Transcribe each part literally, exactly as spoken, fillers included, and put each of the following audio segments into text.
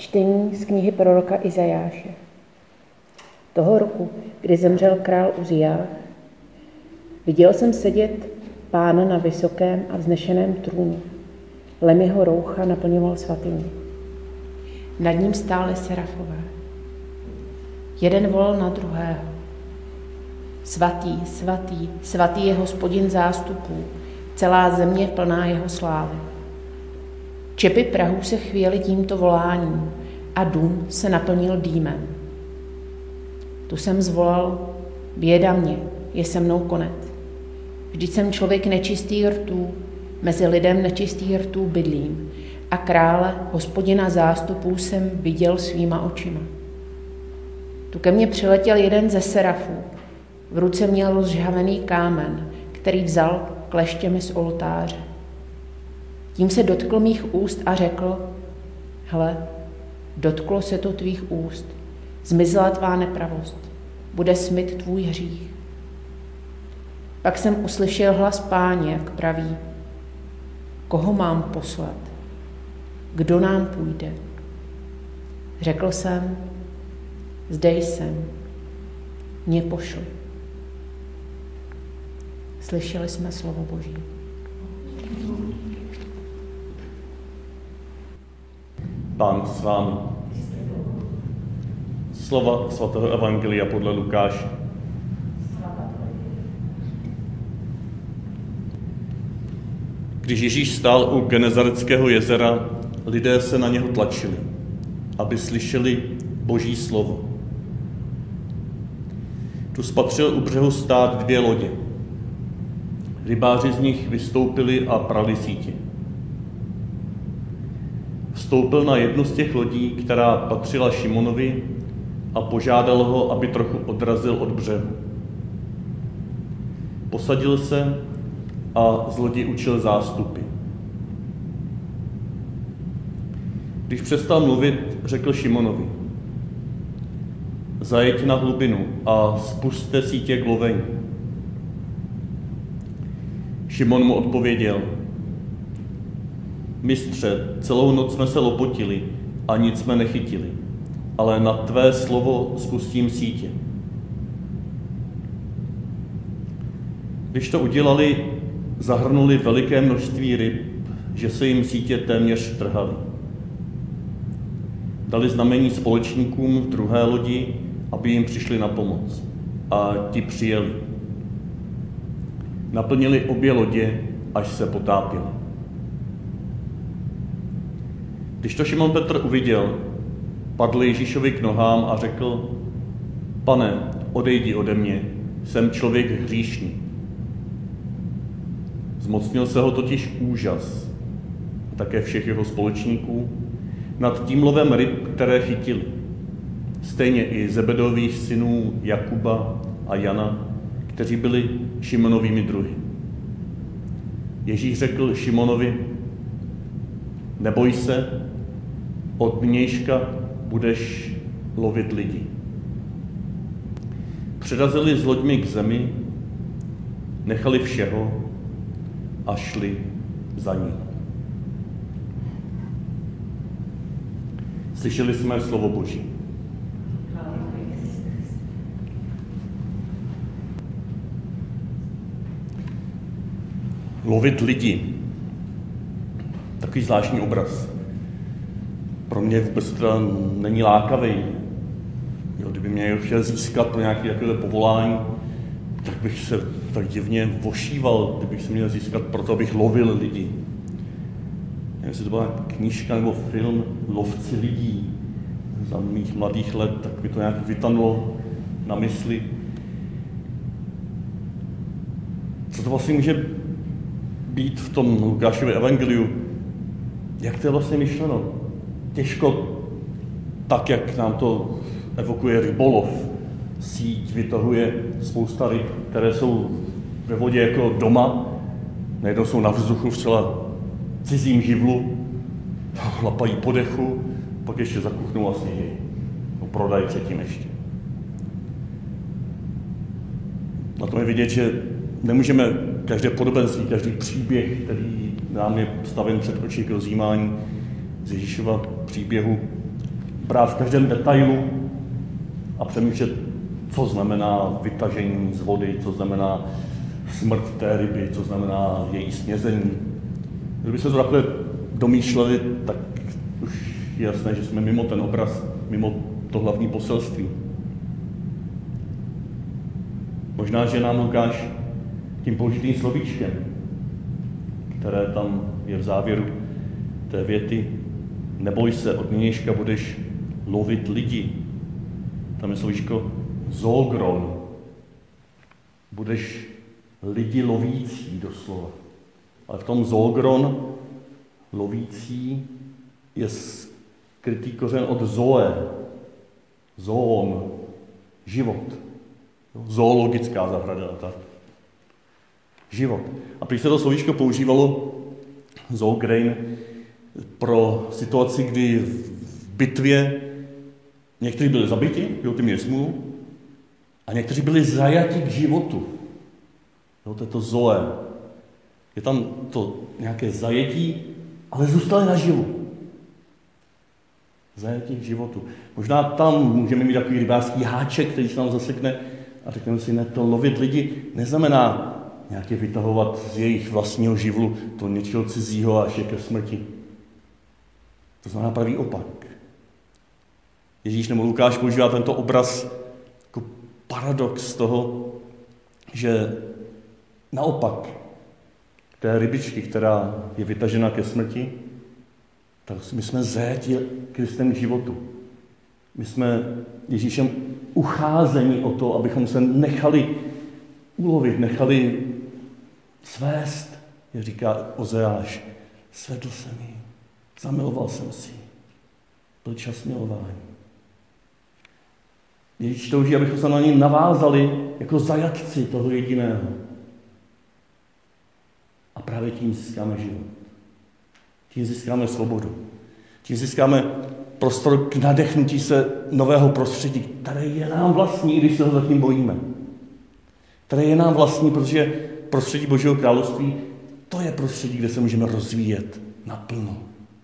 Čtení z knihy proroka Izajáše. Toho roku, kdy zemřel král Uzziáš, viděl jsem sedět Pána na vysokém a vznešeném trůnu. Lem jeho roucha naplňoval svatyni. Nad ním stály serafové. Jeden volal na druhého. Svatý, svatý, svatý je Hospodin zástupů, celá země plná jeho slávy. Čepy prahu se chvěly tímto voláním a dům se naplnil dýmem. Tu jsem zvolal, běda mě, je se mnou konec. Vždyť jsem člověk nečistý rtů, mezi lidem nečistý rtů bydlím a krále, Hospodina zástupů jsem viděl svýma očima. Tu ke mně přiletěl jeden ze serafů, v ruce měl rozžhavený kámen, který vzal kleštěmi z oltáře. Tím se dotkl mých úst a řekl, hle, dotklo se to tvých úst, zmizela tvá nepravost, bude smyt tvůj hřích. Pak jsem uslyšel hlas Páně, jak praví, koho mám poslat, kdo nám půjde. Řekl jsem, zde jsem, mě pošli. Slyšeli jsme slovo Boží. Pán s vámi. Slova svatého evangelia podle Lukáše. Když Ježíš stál u Genezareckého jezera, lidé se na něho tlačili, aby slyšeli Boží slovo. Tu spatřil u břehu stát dvě lodě. Rybáři z nich vystoupili a prali sítě. Vstoupil na jednu z těch lodí, která patřila Šimonovi, a požádal ho, aby trochu odrazil od břehu. Posadil se a z lodi učil zástupy. Když přestal mluvit, řekl Šimonovi, zajeď na hlubinu a spusťte sítě k lovení. Šimon mu odpověděl, mistře, celou noc jsme se lopotili a nic jsme nechytili, ale na tvé slovo spustím sítě. Když to udělali, zahrnuli veliké množství ryb, že se jim sítě téměř trhaly. Dali znamení společníkům v druhé lodi, aby jim přišli na pomoc. A ti přijeli. Naplnili obě lodě, až se potápili. Když to Šimon Petr uviděl, padl Ježíšovi k nohám a řekl, Pane, odejdi ode mě, jsem člověk hříšný. Zmocnil se ho totiž úžas, a také všech jeho společníků, nad tím lovem ryb, které chytili. Stejně i Zebedových synů Jakuba a Jana, kteří byli Šimonovými druhy. Ježíš řekl Šimonovi, neboj se, od nynějška budeš lovit lidi. Přirazili s loďmi k zemi, nechali všeho a šli za ní. Slyšeli jsme slovo Boží. Lovit lidi. Takový zvláštní obraz. Pro mě vůbec teda není lákavý. Jo, kdyby mě chtěl získat pro nějaké takové povolání, tak bych se tak divně vošíval, kdybych se měl získat proto, abych lovil lidi. Nevím, jestli to byla knížka nebo film Lovci lidí za mých mladých let, tak mi to nějak vytanulo na mysli. Co to vlastně může být v tom Lukášově evangeliu? Jak to je vlastně myšleno? Těžko tak, jak nám to evokuje rybolov. Síť vytahuje spousta ryb, které jsou ve vodě jako doma, najednou jsou na vzduchu v celá cizím živlu, lapají po dechu, pak ještě zakuchnou a sněží. No, prodají předtím ještě. Na tom je vidět, že nemůžeme každé podobenství, každý příběh, který nám je staven před oči k rozjímání z Ježíšova příběhu, brát v každém detailu a přemýšlet, co znamená vytažení z vody, co znamená smrt té ryby, co znamená její snězení. Kdyby se to takhle domýšleli, tak už je jasné, že jsme mimo ten obraz, mimo to hlavní poselství. Možná, že nám Lukáš tím použitým slovíčkem, které tam je v závěru té věty, neboj se, od nynějška budeš lovit lidi. Tam je slovíčko zoogron. Budeš lidi lovící doslova. Ale v tom zoogron, lovící, je skrytý kořen od zoe. Zoon. Život. Zoologická zahrada. Tak. Život. A když se to slovíčko používalo, zoograin, pro situaci, kdy v bitvě někteří byli zabiti, jo, ty měli smůlu, a někteří byli zajati k životu. Jo, to je to zoe. Je tam to nějaké zajetí, ale zůstali naživu. Zajetí k životu. Možná tam můžeme mít takový rybářský háček, který se nám zasekne a řekneme si, ne, to lovit lidi neznamená nějaké vytahovat z jejich vlastního živlu to něčeho cizího až je ke smrti. To znamená pravý opak. Ježíš nebo Lukáš používá tento obraz jako paradox toho, že naopak té rybičky, která je vytažena ke smrti, tak my jsme zajati Kristem k životu. My jsme Ježíšem ucházení o to, abychom se nechali ulovit, nechali svést, jak říká Ozeáš. Svedl jsem ji, zamiloval jsem si, byl čas milování. Ježíš touží, abychom se na něj navázali jako zajatci toho jediného. A právě tím získáme život. Tím získáme svobodu. Tím získáme prostor k nadechnutí se nového prostředí, které je nám vlastní, i když se ho zatím bojíme. Které je nám vlastní, protože prostředí Božího království, to je prostředí, kde se můžeme rozvíjet naplno.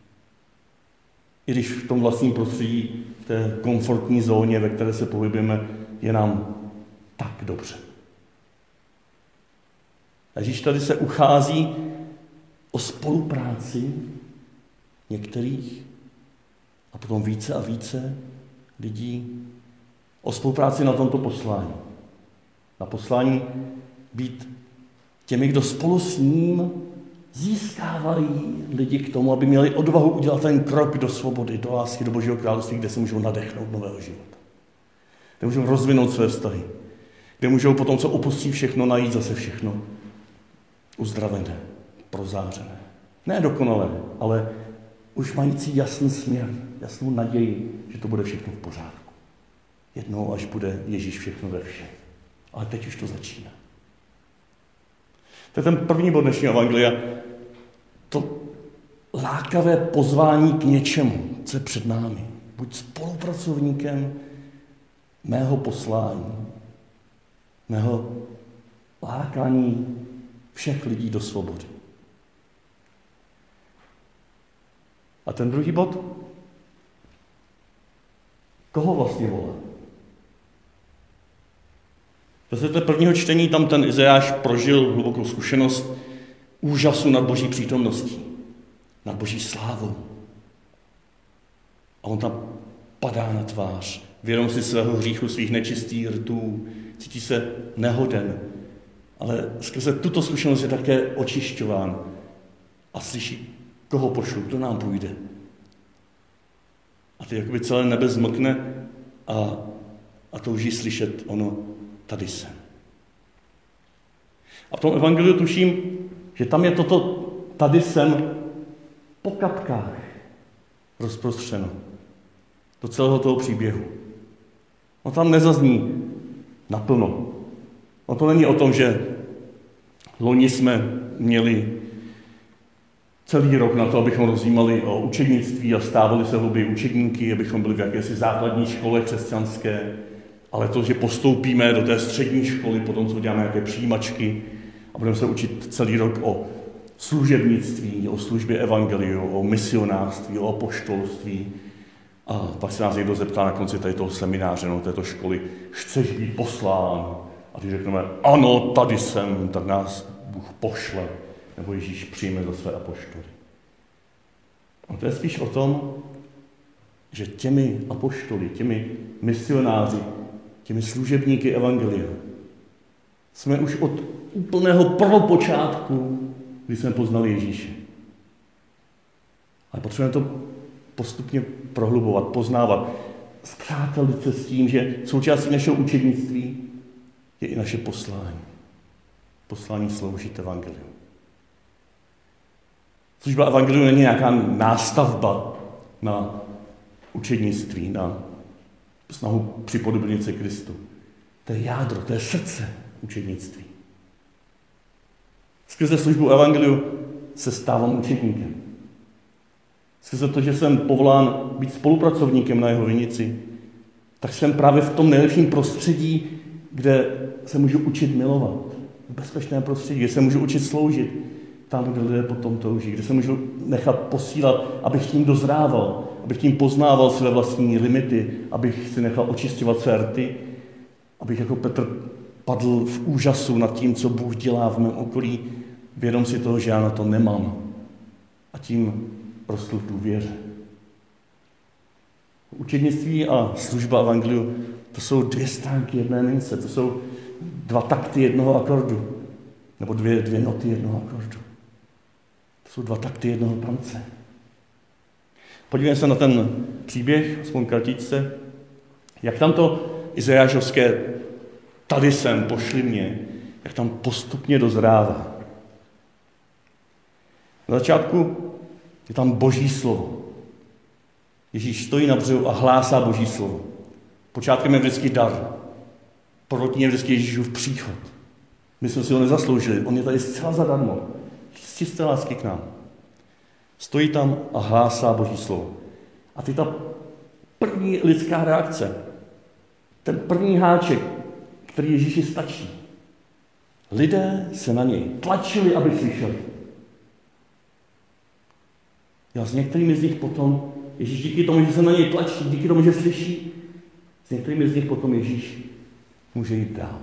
I když v tom vlastním prostředí, v té komfortní zóně, ve které se pohybujeme, je nám tak dobře. A Ježíš tady se uchází o spolupráci některých a potom více a více lidí o spolupráci na tomto poslání. Na poslání být těmi, kdo spolu s ním získávají lidi k tomu, aby měli odvahu udělat ten krok do svobody, do lásky, do Božího království, kde se můžou nadechnout nového života. Kde můžou rozvinout své vztahy. Kde můžou potom, co opustí všechno, najít zase všechno uzdravené, prozářené. Ne dokonalé, ale už mající jasný směr, jasnou naději, že to bude všechno v pořádku. Jednou, až bude Ježíš všechno ve všem. Ale teď už to začíná. To je ten první bod dnešního evangelia. To lákavé pozvání k něčemu, co je před námi. Buď spolupracovníkem mého poslání, mého lákání všech lidí do svobody. A ten druhý bod? Koho vlastně volá? Ve světle prvního čtení tam ten Izajáš prožil hlubokou zkušenost úžasu nad Boží přítomností, nad Boží slávou. A on tam padá na tvář, vědom si svého hříchu, svých nečistých rtů, cítí se nehoden, ale skrze tuto zkušenost je také očišťován a slyší, koho pošlu, kdo nám půjde. A ty jakoby celé nebe zmlkne a, a touží slyšet ono, tady jsem. A v tom evangeliu tuším, že tam je toto tady jsem po kapkách rozprostřeno do celého toho příběhu. On tam nezazní naplno. On to není o tom, že loni jsme měli celý rok na to, abychom rozjímali o učednictví a stávali se hlouběji učedníky, abychom byli v jakési základní škole křesťanské, ale to, že postoupíme do té střední školy, potom co uděláme nějaké přijímačky a budeme se učit celý rok o služebnictví, o službě evangeliu, o misionářství, o apoštolství A pak se nás někdo zeptá na konci tady toho semináře, no, této školy, chceš být poslán? A když řekneme, ano, tady jsem, tak nás Bůh pošle, nebo Ježíš přijme za své apoštoly. A to je spíš o tom, že těmi apoštoly, těmi misionáři, těmi služebníky evangelia jsme už od úplného prvopočátku, kdy jsme poznali Ježíše. Ale potřebujeme to postupně prohlubovat, poznávat, spřátelit se s tím, že součástí našeho učednictví je i naše poslání. Poslání sloužit evangeliu. Služba evangeliu není nějaká nástavba na učednictví, na snahu připodobnit se Kristu. To je jádro, to je srdce učednictví. Skrze službu evangeliu se stávám učedníkem. Skrze to, že jsem povolán být spolupracovníkem na jeho vinici, tak jsem právě v tom nejlepším prostředí, kde se můžu učit milovat. V bezpečném prostředí, kde se můžu učit sloužit. Tam, kde lidé potom touží, kde se můžu nechat posílat, abych tím dozrával, abych tím poznával své vlastní limity, abych si nechal očisťovat své rty, abych jako Petr padl v úžasu nad tím, co Bůh dělá v mém okolí, vědom si toho, že já na to nemám. A tím rostl v důvěře. Učednictví a služba evangeliu, to jsou dvě stránky jedné mince, to jsou dva takty jednoho akordu, nebo dvě, dvě noty jednoho akordu. To jsou dva takty jednoho tance. Podívejme se na ten příběh, aspoň kratičce, jak tam to izajášovské tady jsem, pošli mě, jak tam postupně dozrává. Na začátku je tam Boží slovo. Ježíš stojí na břehu a hlásá Boží slovo. Počátkem je vždycky dar. Prvotní je vždycky Ježíšův příchod. My jsme si ho nezasloužili. On je tady zcela zadarmo. Z čisté lásky k nám. Stojí tam a hlásá Boží slovo. A ty ta první lidská reakce, ten první háček, který Ježíši stačí. Lidé se na něj tlačili, aby slyšeli. Já s některými z nich potom, Ježíš díky tomu, že se na něj tlačí, díky tomu, že slyší, s některými z nich potom Ježíš může jít dál.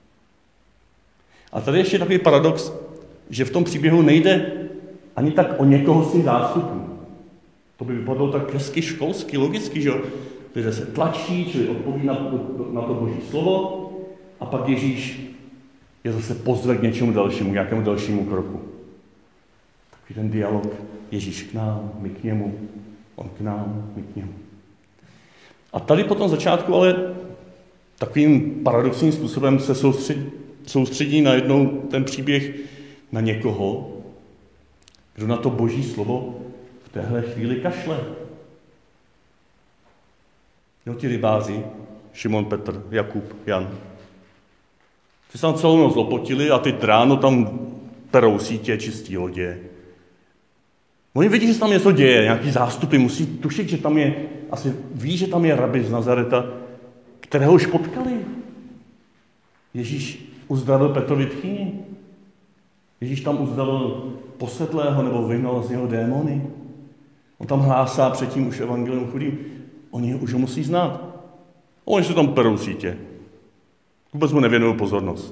A tady ještě takový paradox, že v tom příběhu nejde ani tak o někoho z těch zástupů. To by vypadalo tak hezky školsky, logicky, že lidé se tlačí, čili odpoví na to, na to Boží slovo, a pak Ježíš je zase pozve k něčemu dalšímu, k nějakému dalšímu kroku. Takový ten dialog, Ježíš k nám, my k němu, on k nám, my k němu. A tady po tom začátku ale takovým paradoxním způsobem se soustředí, soustředí najednou ten příběh na někoho, kdo na to Boží slovo v téhle chvíli kašle. Jo, ti rybáři, Šimon, Petr, Jakub, Jan. Ty se tam celou noc lopotili a ty ráno tam perou sítě, čistí lodě. Oni vidí, že se tam něco děje, nějaký zástupy, musí tušit, že tam je, asi ví, že tam je rabi z Nazareta, kterého už potkali. Ježíš uzdravil Petrovi tchýni. Ježíš tam uzdravil posedlého nebo vyhnal z něho démony. On tam hlásá předtím už evangelium chudým. Oni už ho musí znát. Oni se tam perou sítě. Vůbec mu nevěnují pozornost.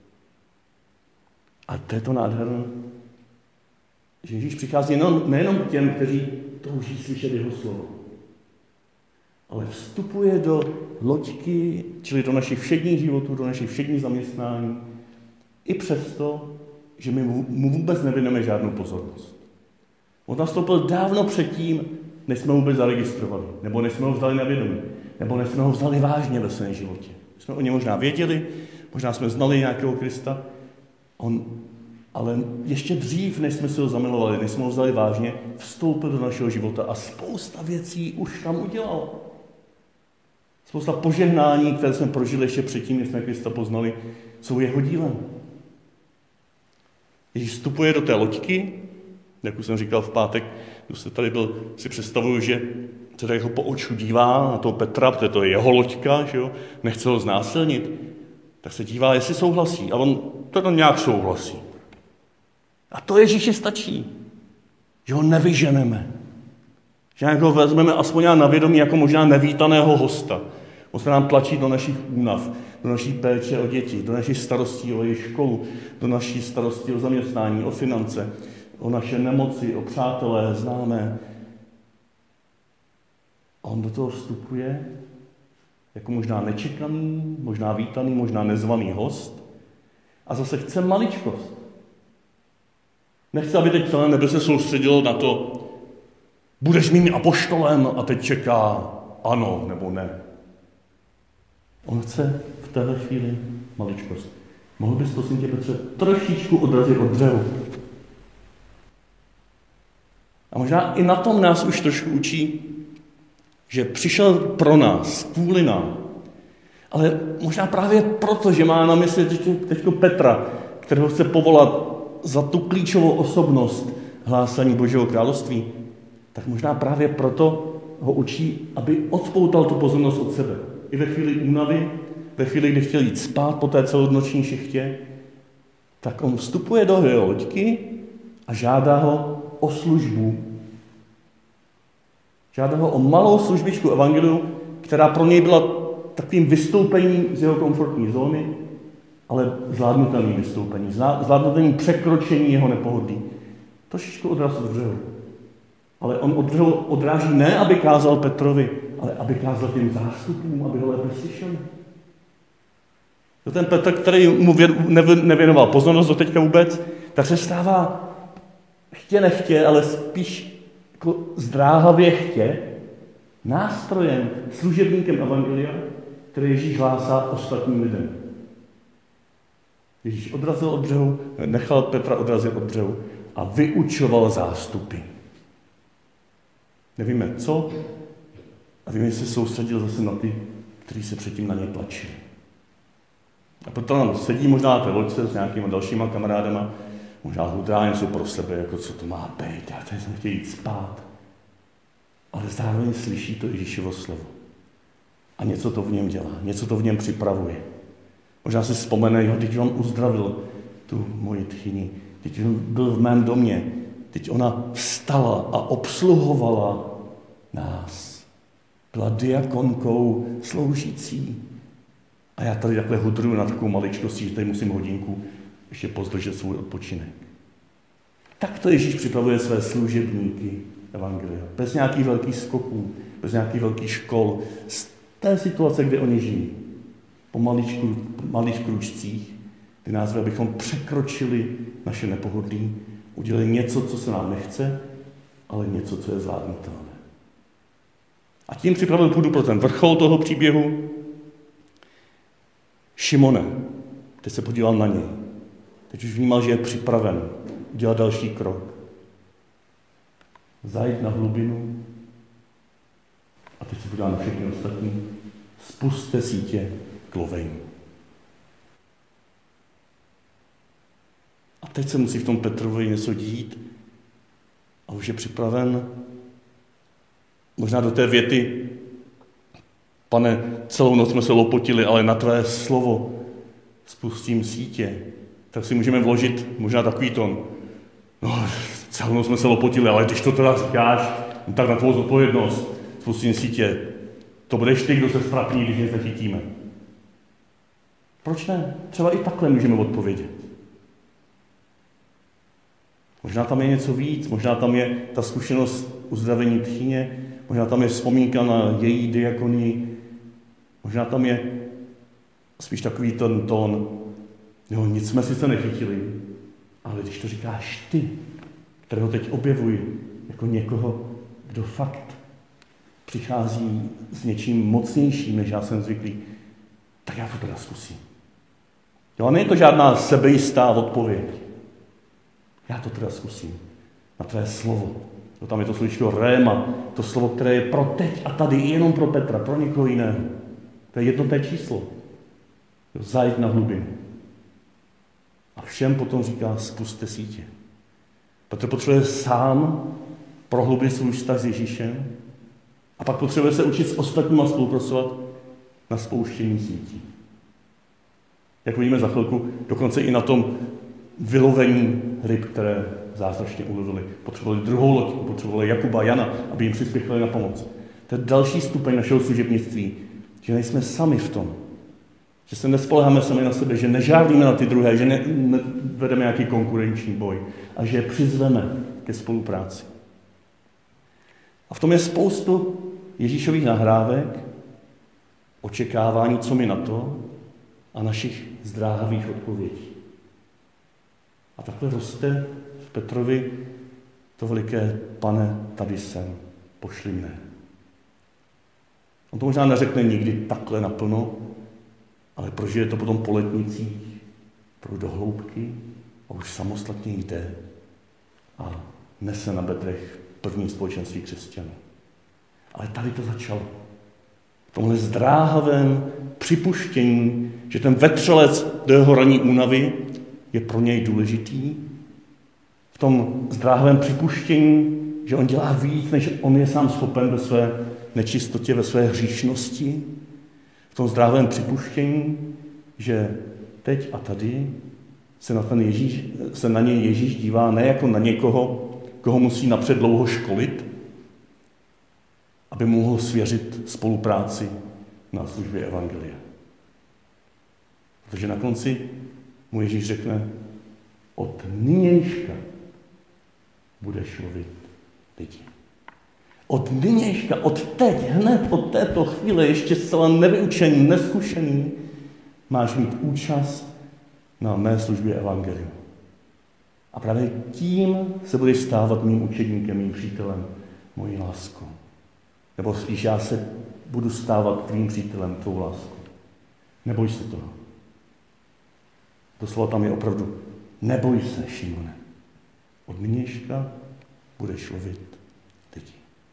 A to je to nádherné, že Ježíš přichází nejenom, nejenom k těm, kteří touží slyšet jeho slovo, ale vstupuje do loďky, čili do našich všedních životů, do našich všedních zaměstnání, i přesto, že my mu vůbec nevěnujeme žádnou pozornost. On nastoupil dávno předtím, než jsme ho vůbec zaregistrovali, nebo než jsme ho vzali na vědomí, nebo než jsme ho vzali vážně ve svém životě. My jsme o něm možná věděli, možná jsme znali nějakého Krista, on, ale ještě dřív, než jsme se ho zamilovali, než jsme ho vzali vážně, vstoupil do našeho života a spousta věcí už tam udělal. Spousta požehnání, které jsme prožili ještě předtím, než jsme Krista poznali, jsou jeho dílem. Ježíš vstupuje do té loďky, jak už jsem říkal v pátek, když jste tady byl, si představuju, že se tak jako po oču dívá na toho Petra, protože to je jeho loďka, že jo, nechce ho znásilnit, tak se dívá, jestli souhlasí. A on to nějak souhlasí. A to Ježíši stačí, že ho nevyženeme, Že jako vezmeme aspoň na vědomí jako možná nevítaného hosta. On se nám tlačí do našich únav, do naší péče o děti, do naší starostí o jejich školu, do naší starosti o zaměstnání, o finance, o naše nemoci, o přátelé, známé. A on do toho vstupuje jako možná nečekaný, možná vítaný, možná nezvaný host a zase chce maličkost. Nechce, aby teď celé nebe se soustředilo na to, budeš mým apoštolem a teď čeká ano nebo ne. On chce v téhle chvíli maličkost. Mohl bys, prosím tě, Petře, trošičku odrazit od břehu. A možná i na tom nás už trošku učí, že přišel pro nás, kvůli nám. Ale možná právě proto, že má na mysli teďko Petra, kterého chce povolat za tu klíčovou osobnost hlásání Božího království, tak možná právě proto ho učí, aby odpoutal tu pozornost od sebe. I ve chvíli únavy, ve chvíli, kdy chtěl jít spát po té celonoční šichtě, tak on vstupuje do jeho loďky a žádá ho o službu. Žádá ho o malou službičku evangeliu, která pro něj byla takovým vystoupením z jeho komfortní zóny, ale zvládnutelným vystoupení, zvládnutelným překročení jeho nepohodlí. Trošičku odraz od břehu. Ale on od břehu odráží ne, aby kázal Petrovi, ale aby kázal těm zástupům, aby ho lépe slyšeli. To ten Petr, který mu nevěnoval pozornost do teďka vůbec, tak se stává chtě nechtě, ale spíš jako zdráhavě chtě, nástrojem, služebníkem evangelia, který Ježíš hlásá ostatním lidem. Ježíš odrazil od břehu, nechal Petra odrazit od břehu a vyučoval zástupy. Nevíme co, a víme, že se soustředil zase na ty, kteří se předtím na něj tlačili. A Petr tam sedí možná na té loďce s nějakýma dalšíma kamarádama, možná hudá něco pro sebe, jako co to má být, já tady jsem chtěl jít spát. Ale zároveň slyší to Ježíšovo slovo. A něco to v něm dělá, něco to v něm připravuje. Možná si vzpomene, jo, teď on uzdravil tu moji tchyni, teď on byl v mém domě, teď ona vstala a obsluhovala nás. Byla diakonkou sloužící. A já tady takhle hudruju na takovou maličkostí, že tady musím hodinku ještě pozdržet svůj odpočinek. Tak to Ježíš připravuje své služebníky evangelia. Bez nějakých velkých skoků, bez nějakých velkých škol. Z té situace, kde oni žijí. Po malých, malých kručcích, kdy nás, abychom překročili naše nepohodlí, udělali něco, co se nám nechce, ale něco, co je zvládnutelné. A tím připravil půdu pro ten vrchol toho příběhu. Šimone, teď se podíval na něj. Teď už vnímal, že je připraven udělat další krok. Zajít na hlubinu a teď se podíval na všechny ostatní. Spusťte sítě k lovení. A teď se musí v tom Petrovi něco dít a už je připraven možná do té věty: Pane, celou noc jsme se lopotili, ale na tvé slovo spustím sítě. Tak si můžeme vložit možná takový ton. No, celou noc jsme se lopotili, ale když to teda říkáš, no tak na tvou zodpovědnost spustím sítě. To budeš ty, kdo se ztratní, když nic nechytíme. Proč ne? Třeba i takhle můžeme odpovědět. Možná tam je něco víc, možná tam je ta zkušenost uzdravení tchyně, možná tam je vzpomínka na její diakonii, možná tam je spíš takový ten tón, jo, nic jsme sice nechytili, ale když to říkáš ty, kterého teď objevuji jako někoho, kdo fakt přichází s něčím mocnějším, než já jsem zvyklý, tak já to teda zkusím. Jo, a není to žádná sebejistá odpověď. Já to teda zkusím. Na tvé slovo. Jo, tam je to slovíčko réma, to slovo, které je pro teď a tady, jenom pro Petra, pro někoho jiného. To je jednotné číslo. Jo, zajít na hlubinu. A všem potom říká, spusťte sítě. Petr potřebuje sám prohlubit svůj vztah s Ježíšem a pak potřebuje se učit s ostatníma spolupracovat na spouštění sítí. Jak vidíme za chvilku, dokonce i na tom vylovení ryb, které zázračně ulovili. Potřebovali druhou loď, potřebovali Jakuba a Jana, aby jim přispěchali na pomoc. To je další stupeň našeho služebnictví, že nejsme sami v tom. Že se nespoléháme sami na sebe, že nežádlíme na ty druhé, že ne, ne, vedeme nějaký konkurenční boj a že je přizveme ke spolupráci. A v tom je spoustu Ježíšových nahrávek, očekávání, co mi na to, a našich zdráhavých odpovědí. A takhle roste v Petrovi to veliké: Pane, tady jsem, pošli mne. On to možná neřekne nikdy takhle naplno, ale prožije to potom po letnicích, pro do hloubky a už samostatně jde a nese na bedrech první společenství křesťanů. Ale tady to začalo. V tomhle zdráhavém připuštění, že ten vetřelec do jeho ranní únavy je pro něj důležitý. V tom zdráhavém připuštění, že on dělá víc, než on je sám schopen ve své nečistotě, ve své hříšnosti. V tom zdráhavém připuštění, že teď a tady se na, ten Ježíš, se na něj Ježíš dívá ne jako na někoho, koho musí napřed dlouho školit, aby mohl svěřit spolupráci na službě evangelia. Protože na konci mu Ježíš řekne: od nynějška budeš lovit lidi. Od nynějška, od teď, hned od této chvíle, ještě zcela nevyučený, neskušený, máš mít účast na mé službě evangeliu. A právě tím se budeš stávat mým učedníkem, mým přítelem, mojí láskou. Nebo spíš já se budu stávat tvým přítelem, tvou láskou. Neboj se toho. Doslova tam je opravdu: neboj se, Šimone. Od nynějška budeš lovit lidi.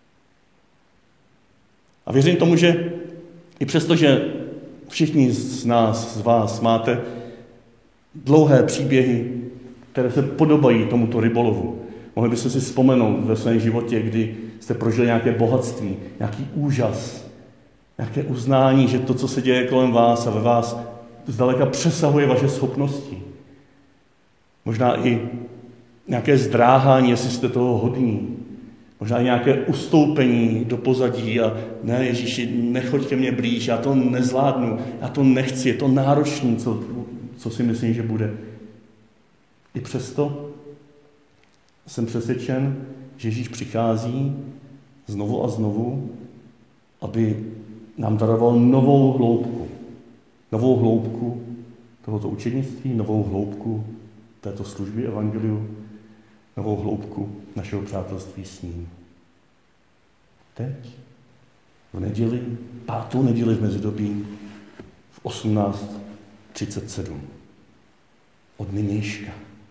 A věřím tomu, že i přesto, že všichni z nás, z vás máte dlouhé příběhy, které se podobají tomuto rybolovu. Mohli byste si vzpomenout ve svém životě, kdy jste prožili nějaké bohatství, nějaký úžas, nějaké uznání, že to, co se děje kolem vás a ve vás, zdaleka přesahuje vaše schopnosti. Možná i nějaké zdráhání, jestli jste toho hodní. Možná i nějaké ustoupení do pozadí a ne, Ježíši, nechoď ke mně blíž, já to nezvládnu, já to nechci, je to náročný, co, co si myslím, že bude. I přesto jsem přesvědčen, že Ježíš přichází znovu a znovu, aby nám daroval novou hloubku. Novou hloubku tohoto učednictví, novou hloubku této služby evangeliu, novou hloubku našeho přátelství s ním. Teď, v neděli, pátou neděli v mezidobí, v osmnáct třicet sedm. Od nynějška.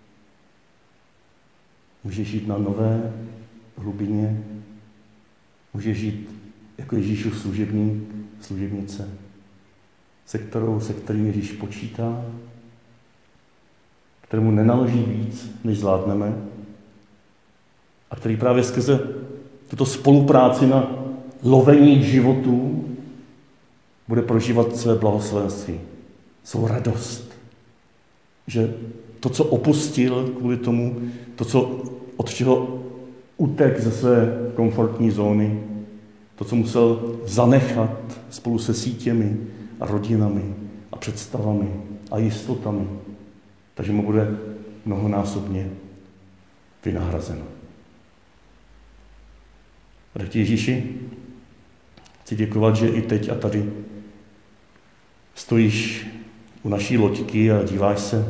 Můžeš žít na nové hlubině, můžeš žít jako Ježíšův služebník, služebnice, se kterou, se kterým Ježíš počítá, kterému nenaloží víc, než zvládneme, a který právě skrze tuto spolupráci na lovení životů bude prožívat své blahoslovenství, svou radost. Že to, co opustil kvůli tomu, to, co od čeho utek ze své komfortní zóny, to, co musel zanechat spolu se sítěmi a rodinami a představami a jistotami, takže mu bude mnohonásobně vynahrazeno. A ti Ježíši, chci děkovat, že i teď a tady stojíš u naší loďky a díváš se,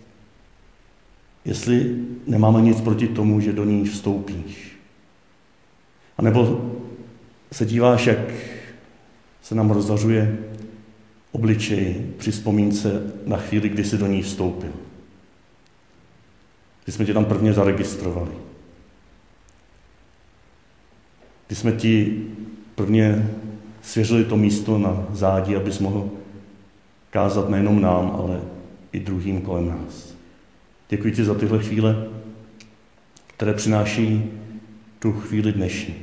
jestli nemáme nic proti tomu, že do ní vstoupíš. A nebo se díváš, jak se nám rozzařuje obličej při vzpomínce na chvíli, kdy jsi do ní vstoupil. Kdy jsme tě tam prvně zaregistrovali. Kdy jsme ti prvně svěřili to místo na zádi, abys mohl kázat nejenom nám, ale i druhým kolem nás. Děkuji ti za tyhle chvíle, které přináší tu chvíli dnešní.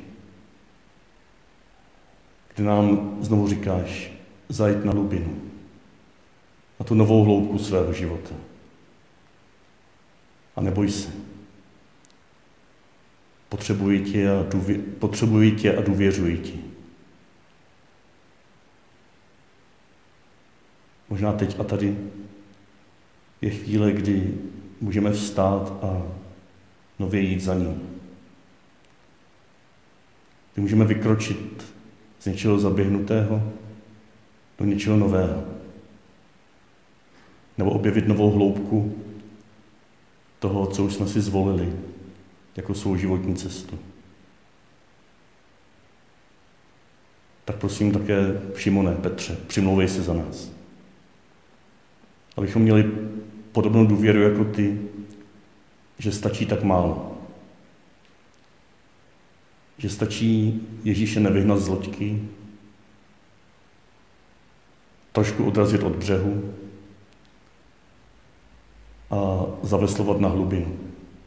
Kdy nám znovu říkáš, zajít na hlubinu, na tu novou hloubku svého života. A neboj se. Potřebuji tě a, důvě, potřebuji tě a důvěřuji ti. Možná teď a tady je chvíle, kdy můžeme vstát a nově jít za ním. Kdy můžeme vykročit z něčeho zaběhnutého do něčeho nového. Nebo objevit novou hloubku toho, co už jsme si zvolili jako svou životní cestu. Tak prosím také, Šimone, Petře, přimlouvej se za nás. Abychom měli podobnou důvěru jako ty, že stačí tak málo. Že stačí Ježíše nevyhnat z loďky, trošku odrazit od břehu a zaveslovat na hlubinu.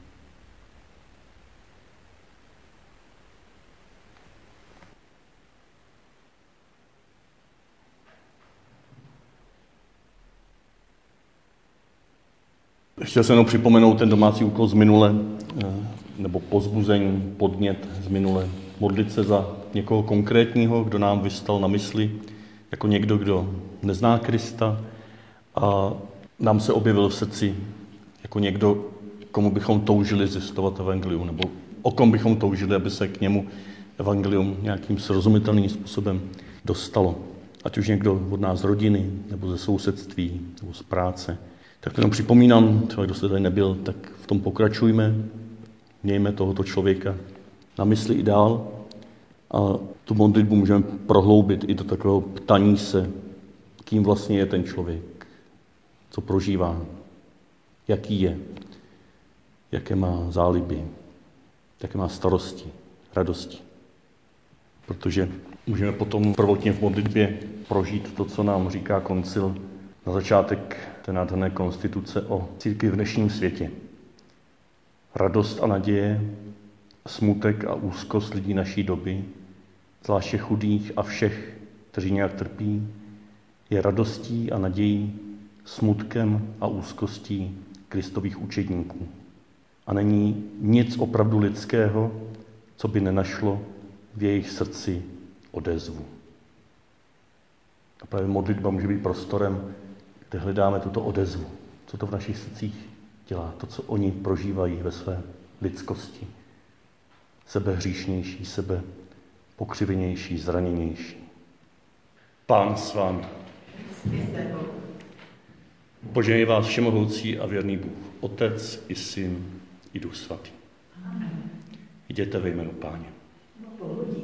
Chtěl jsem jenom připomenout ten domácí úkol z minule, nebo pozbuzení, podnět z minule. Modlit se za někoho konkrétního, kdo nám vystal na mysli, jako někdo, kdo nezná Krista a nám se objevil v srdci jako někdo, komu bychom toužili zjistovat evangelium, nebo o kom bychom toužili, aby se k němu evangelium nějakým srozumitelným způsobem dostalo. Ať už někdo od nás z rodiny, nebo ze sousedství, nebo z práce. Tak to jenom připomínám, třeba kdo jste tady nebyl, tak v tom pokračujme, mějme tohoto člověka na mysli i dál a tu modlitbu můžeme prohloubit i do takového ptaní se, kým vlastně je ten člověk, co prožívá, jaký je, jaké má záliby, jaké má starosti, radosti. Protože můžeme potom prvotně v modlitbě prožít to, co nám říká koncil na začátek té nádherné konstituce o církvi v dnešním světě. Radost a naděje, smutek a úzkost lidí naší doby, zvláště chudých a všech, kteří nějak trpí, je radostí a nadějí, smutkem a úzkostí Kristových učedníků. A není nic opravdu lidského, co by nenašlo v jejich srdci odezvu. A právě modlitba může být prostorem, kde hledáme tuto odezvu. Co to v našich srdcích dělá, to, co oni prožívají ve své lidskosti. Sebehříšnější, sebe pokřivenější, zraněnější. Pán s vámi. Požehnej vás všemohoucí a věrný Bůh, Otec i Syn i Duch Svatý. Jděte ve jménu Páně.